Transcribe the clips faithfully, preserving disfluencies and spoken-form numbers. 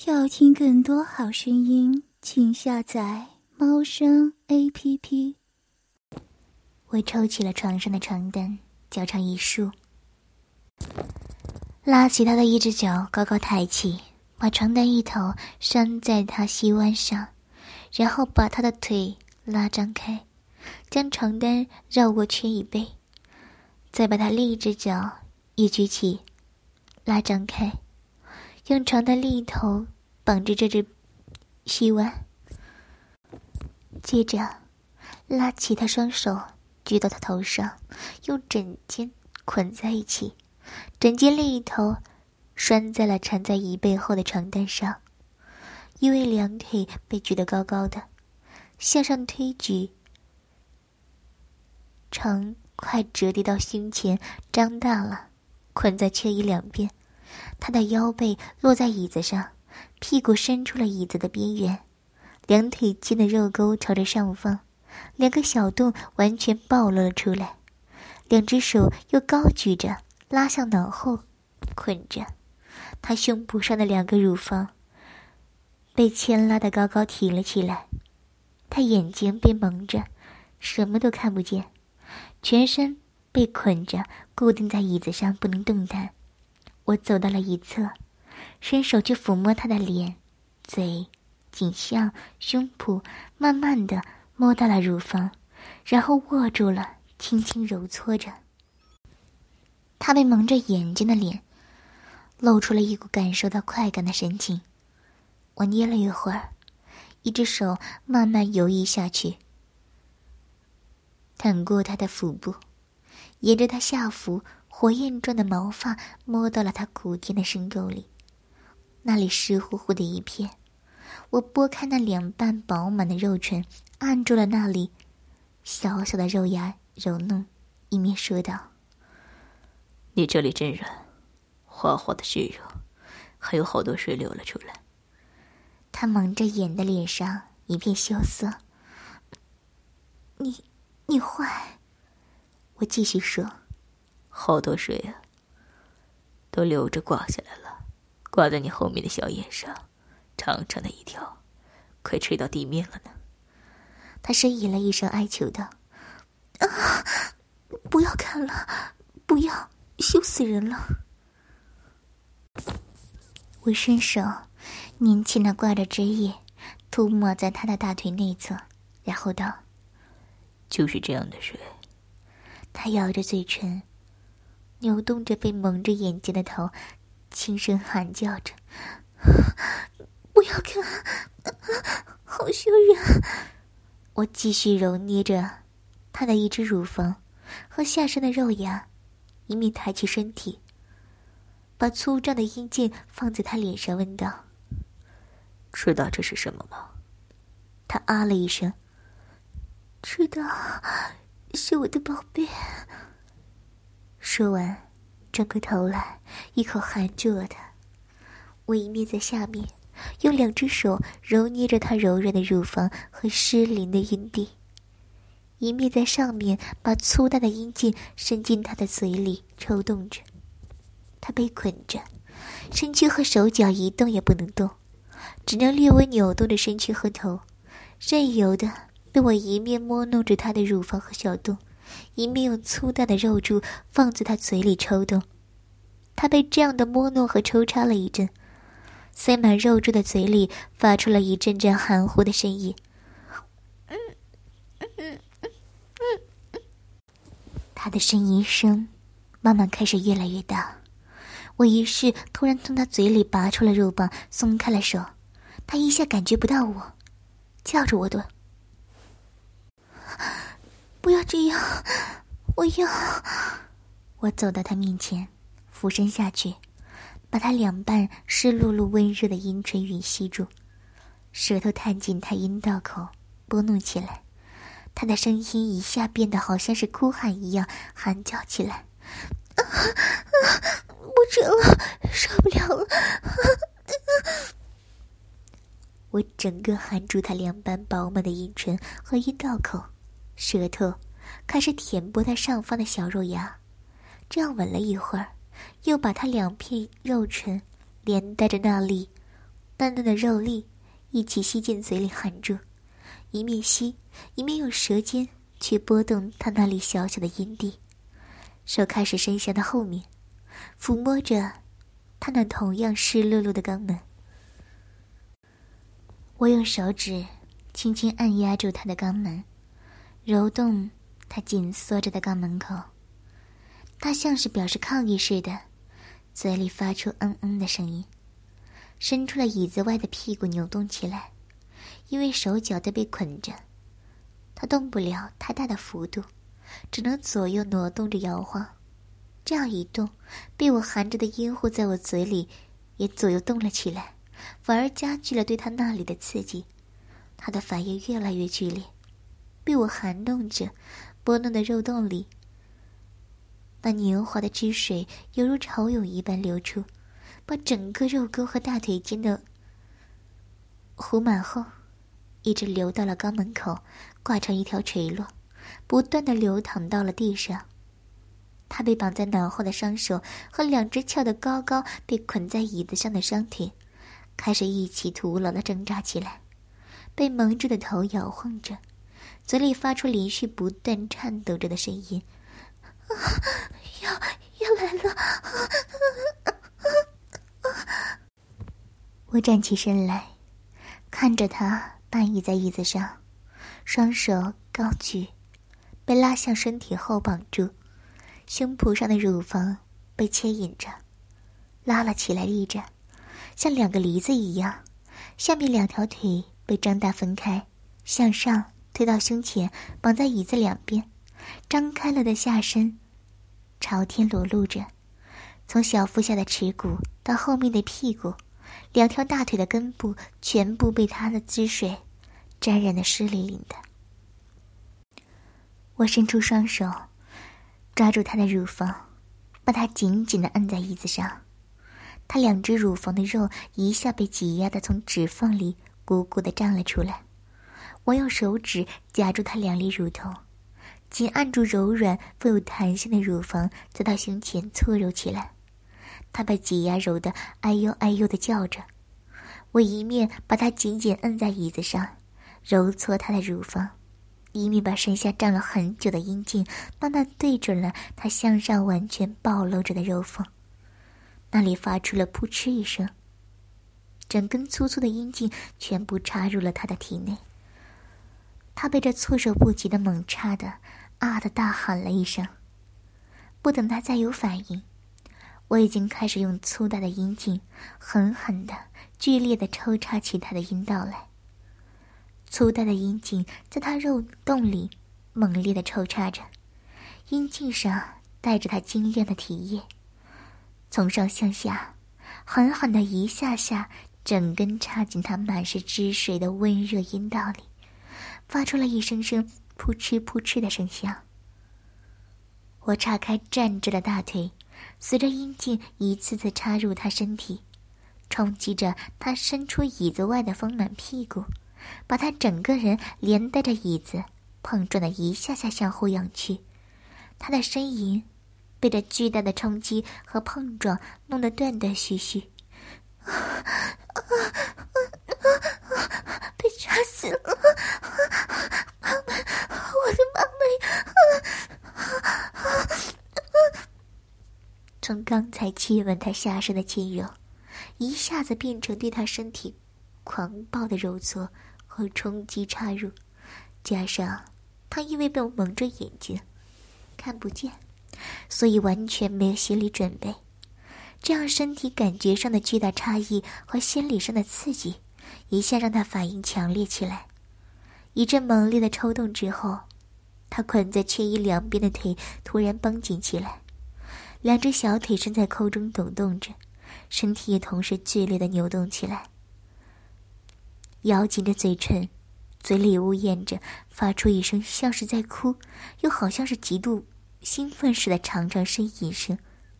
要听更多好声音，请下载猫声 A P P。 我抽起了床上的床单，脚上一竖，拉起他的一只脚，高高抬起，把床单一头拴在他膝弯上，然后把他的腿拉张开，将床单绕过缺椅背，再把他另一只脚也举起，拉张开，用床单另一头绑着这只膝弯，接着拉起他双手举到他头上，用枕巾捆在一起，枕巾另一头拴在了缠在椅背后的床单上。因为两腿被举得高高的，向上推举，床快折叠到胸前，张大了，捆在缺椅两边。他的腰背落在椅子上，屁股伸出了椅子的边缘，两腿间的肉沟朝着上方，两个小洞完全暴露了出来。两只手又高举着，拉向脑后，捆着他胸脯上的两个乳房被牵拉得高高提了起来。他眼睛被蒙着，什么都看不见，全身被捆着，固定在椅子上，不能动弹。我走到了一侧，伸手去抚摸他的脸、嘴、颈项、胸脯，慢慢地摸到了乳房，然后握住了，轻轻揉搓着。他被蒙着眼睛的脸露出了一股感受到快感的神情。我捏了一会儿，一只手慢慢游移下去，淌过他的腹部，沿着他下腹火焰状的毛发摸到了他古天的深沟里，那里湿乎乎的一片。我拨开那两瓣饱满的肉唇，按住了那里，小小的肉芽揉弄，一面说道： 你这里真软，滑滑的血肉，还有好多水流了出来。 他蒙着眼的脸上一片羞涩。你你坏。我继续说， 好多水啊，都流着挂下来了，挂在你后面的小眼上，长长的一条，快吹到地面了呢。 他呻吟了一声，哀求道：啊，不要看了，不要，羞死人了。我伸手捻起那挂着汁液，涂抹在他的大腿内侧，然后道： 就是这样的水。 他咬着嘴唇，扭动着被蒙着眼睛的头，轻声喊叫着：不要看，好羞人。我继续揉捏着他的一只乳房和下身的肉芽，一面抬起身体，把粗壮的阴茎放在他脸上，问道： 知道这是什么吗？ 他啊了一声：知道，是我的宝贝。说完，转过头来，一口含住了他。我一面在下面用两只手揉捏着他柔软的乳房和湿淋的阴蒂，一面在上面把粗大的阴茎伸进他的嘴里抽动着。他被捆着，身躯和手脚一动也不能动，只能略微扭动着身躯和头，任由的被我一面摸弄着他的乳房和小洞，一面用粗大的肉柱放在他嘴里抽动。他被这样的摸弄和抽插了一阵，塞满肉柱的嘴里发出了一阵阵含糊的声音。嗯嗯嗯嗯，他的呻吟声慢慢开始越来越大。我于是突然从他嘴里拔出了肉棒，松开了手。他一下感觉不到我，叫着我的：不要这样，我要。我走到他面前，俯身下去，把他两瓣湿漉漉温热的阴唇吮吸住，舌头探进他阴道口，拨弄起来。他的声音一下变得好像是哭喊一样，喊叫起来：啊啊，不成了，受不了了！我整个含住他两瓣饱满的阴唇和阴道口，舌头开始舔拨他上方的小肉芽，这样吻了一会儿，又把他两片肉唇连带着那里淡淡的肉粒一起吸进嘴里含住，一面吸一面用舌尖去拨动他那里小小的阴蒂，手开始伸向他后面，抚摸着他那同样湿漉漉的肛门。我用手指轻轻按压住他的肛门，揉动他紧缩着的肛门口。他像是表示抗议似的，嘴里发出嗯嗯的声音，伸出了椅子外的屁股扭动起来，因为手脚都被捆着，他动不了太大的幅度，只能左右挪动着摇晃。这样一动，被我含着的阴户在我嘴里也左右动了起来，反而加剧了对他那里的刺激。他的反应越来越剧烈，被我含弄着拨弄的肉洞里，那黏滑的汁水犹如潮涌一般流出，把整个肉沟和大腿间的糊满后，一直流到了肛门口，挂成一条垂落，不断的流淌到了地上。他被绑在脑后的双手和两只翘得高高被捆在椅子上的双腿开始一起徒劳的挣扎起来，被蒙住的头摇晃着，嘴里发出连续不断颤抖着的声音，啊，要要来了！我站起身来，看着他半倚在椅子上，双手高举，被拉向身体后绑住，胸脯上的乳房被牵引着，拉了起来立着，像两个梨子一样，下面两条腿被张大分开，向上推到胸前，绑在椅子两边，张开了的下身朝天裸露着，从小腹下的耻骨到后面的屁股，两条大腿的根部全部被他的汁水沾染得湿淋淋的。我伸出双手抓住他的乳房，把他紧紧地按在椅子上，他两只乳房的肉一下被挤压得从指缝里鼓鼓地胀了出来。我用手指夹住他两粒乳头，紧按住柔软富有弹性的乳房，再到胸前搓揉起来。他被挤压揉得哎呦哎呦地叫着，我一面把他紧紧摁在椅子上，揉搓他的乳房，一面把身下胀了很久的阴茎慢慢对准了他向上完全暴露着的肉缝，那里发出了扑哧一声，整根粗粗的阴茎全部插入了他的体内。他被这措手不及的猛插的啊的大喊了一声。不等他再有反应，我已经开始用粗大的阴茎狠狠的剧烈的抽插起他的阴道来。粗大的阴茎在他肉洞里猛烈的抽插着，阴茎上带着他晶亮的体液，从上向下狠狠的一下下整根插进他满是汁水的温热阴道里，发出了一声声扑哧扑哧的声响。我岔开站着的大腿，随着阴茎一次次插入他身体，冲击着他伸出椅子外的丰满屁股，把他整个人连带着椅子碰撞的一下下向后仰去。他的呻吟被这巨大的冲击和碰撞弄得断断续续，被插死了，妈妈，我的妈妈！从刚才亲吻他下身的亲柔，一下子变成对他身体狂暴的揉搓和冲击插入，加上他因为被我蒙着眼睛看不见，所以完全没有心理准备。这样身体感觉上的巨大差异和心理上的刺激，一下让他反应强烈起来。一阵猛烈的抽动之后，他捆在衬衣两边的腿突然绷紧起来，两只小腿伸在空中抖动着，身体也同时剧烈的扭动起来，咬紧着嘴唇，嘴里呜咽着，发出一声像是在哭又好像是极度兴奋似的长长呻吟声。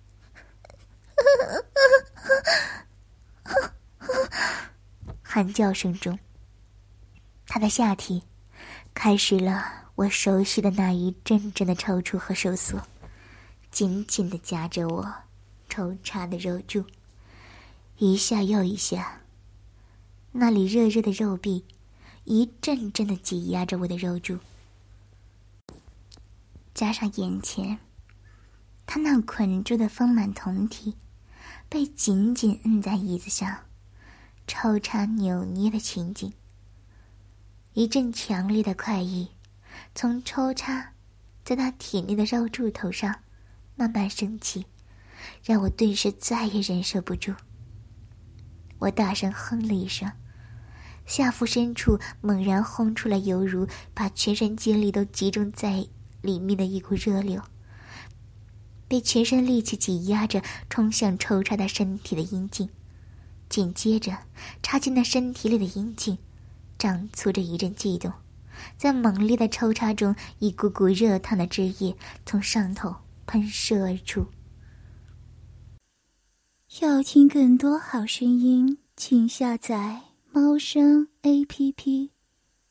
喊叫声中，他的下体开始了我熟悉的那一阵阵的抽搐和收缩，紧紧地夹着我抽插的肉柱，一下又一下， 那里热热的肉壁一阵阵的挤压着我的肉柱，加上眼前他那捆住的丰满胴体被紧紧摁在椅子上抽插扭捏的情景，一阵强烈的快意从抽插在他体内的肉柱头上慢慢升起，让我顿时再也忍受不住。我大声哼了一声，下腹深处猛然轰出来犹如把全身精力都集中在里面的一股热流，被全身力气挤压着冲向抽插他身体的阴茎，紧接着插进那身体里的阴茎长粗着一阵悸动，在猛烈的抽插中，一股股热烫的汁液从上头喷射而出。 要听更多好声音，请下载猫声 A P P。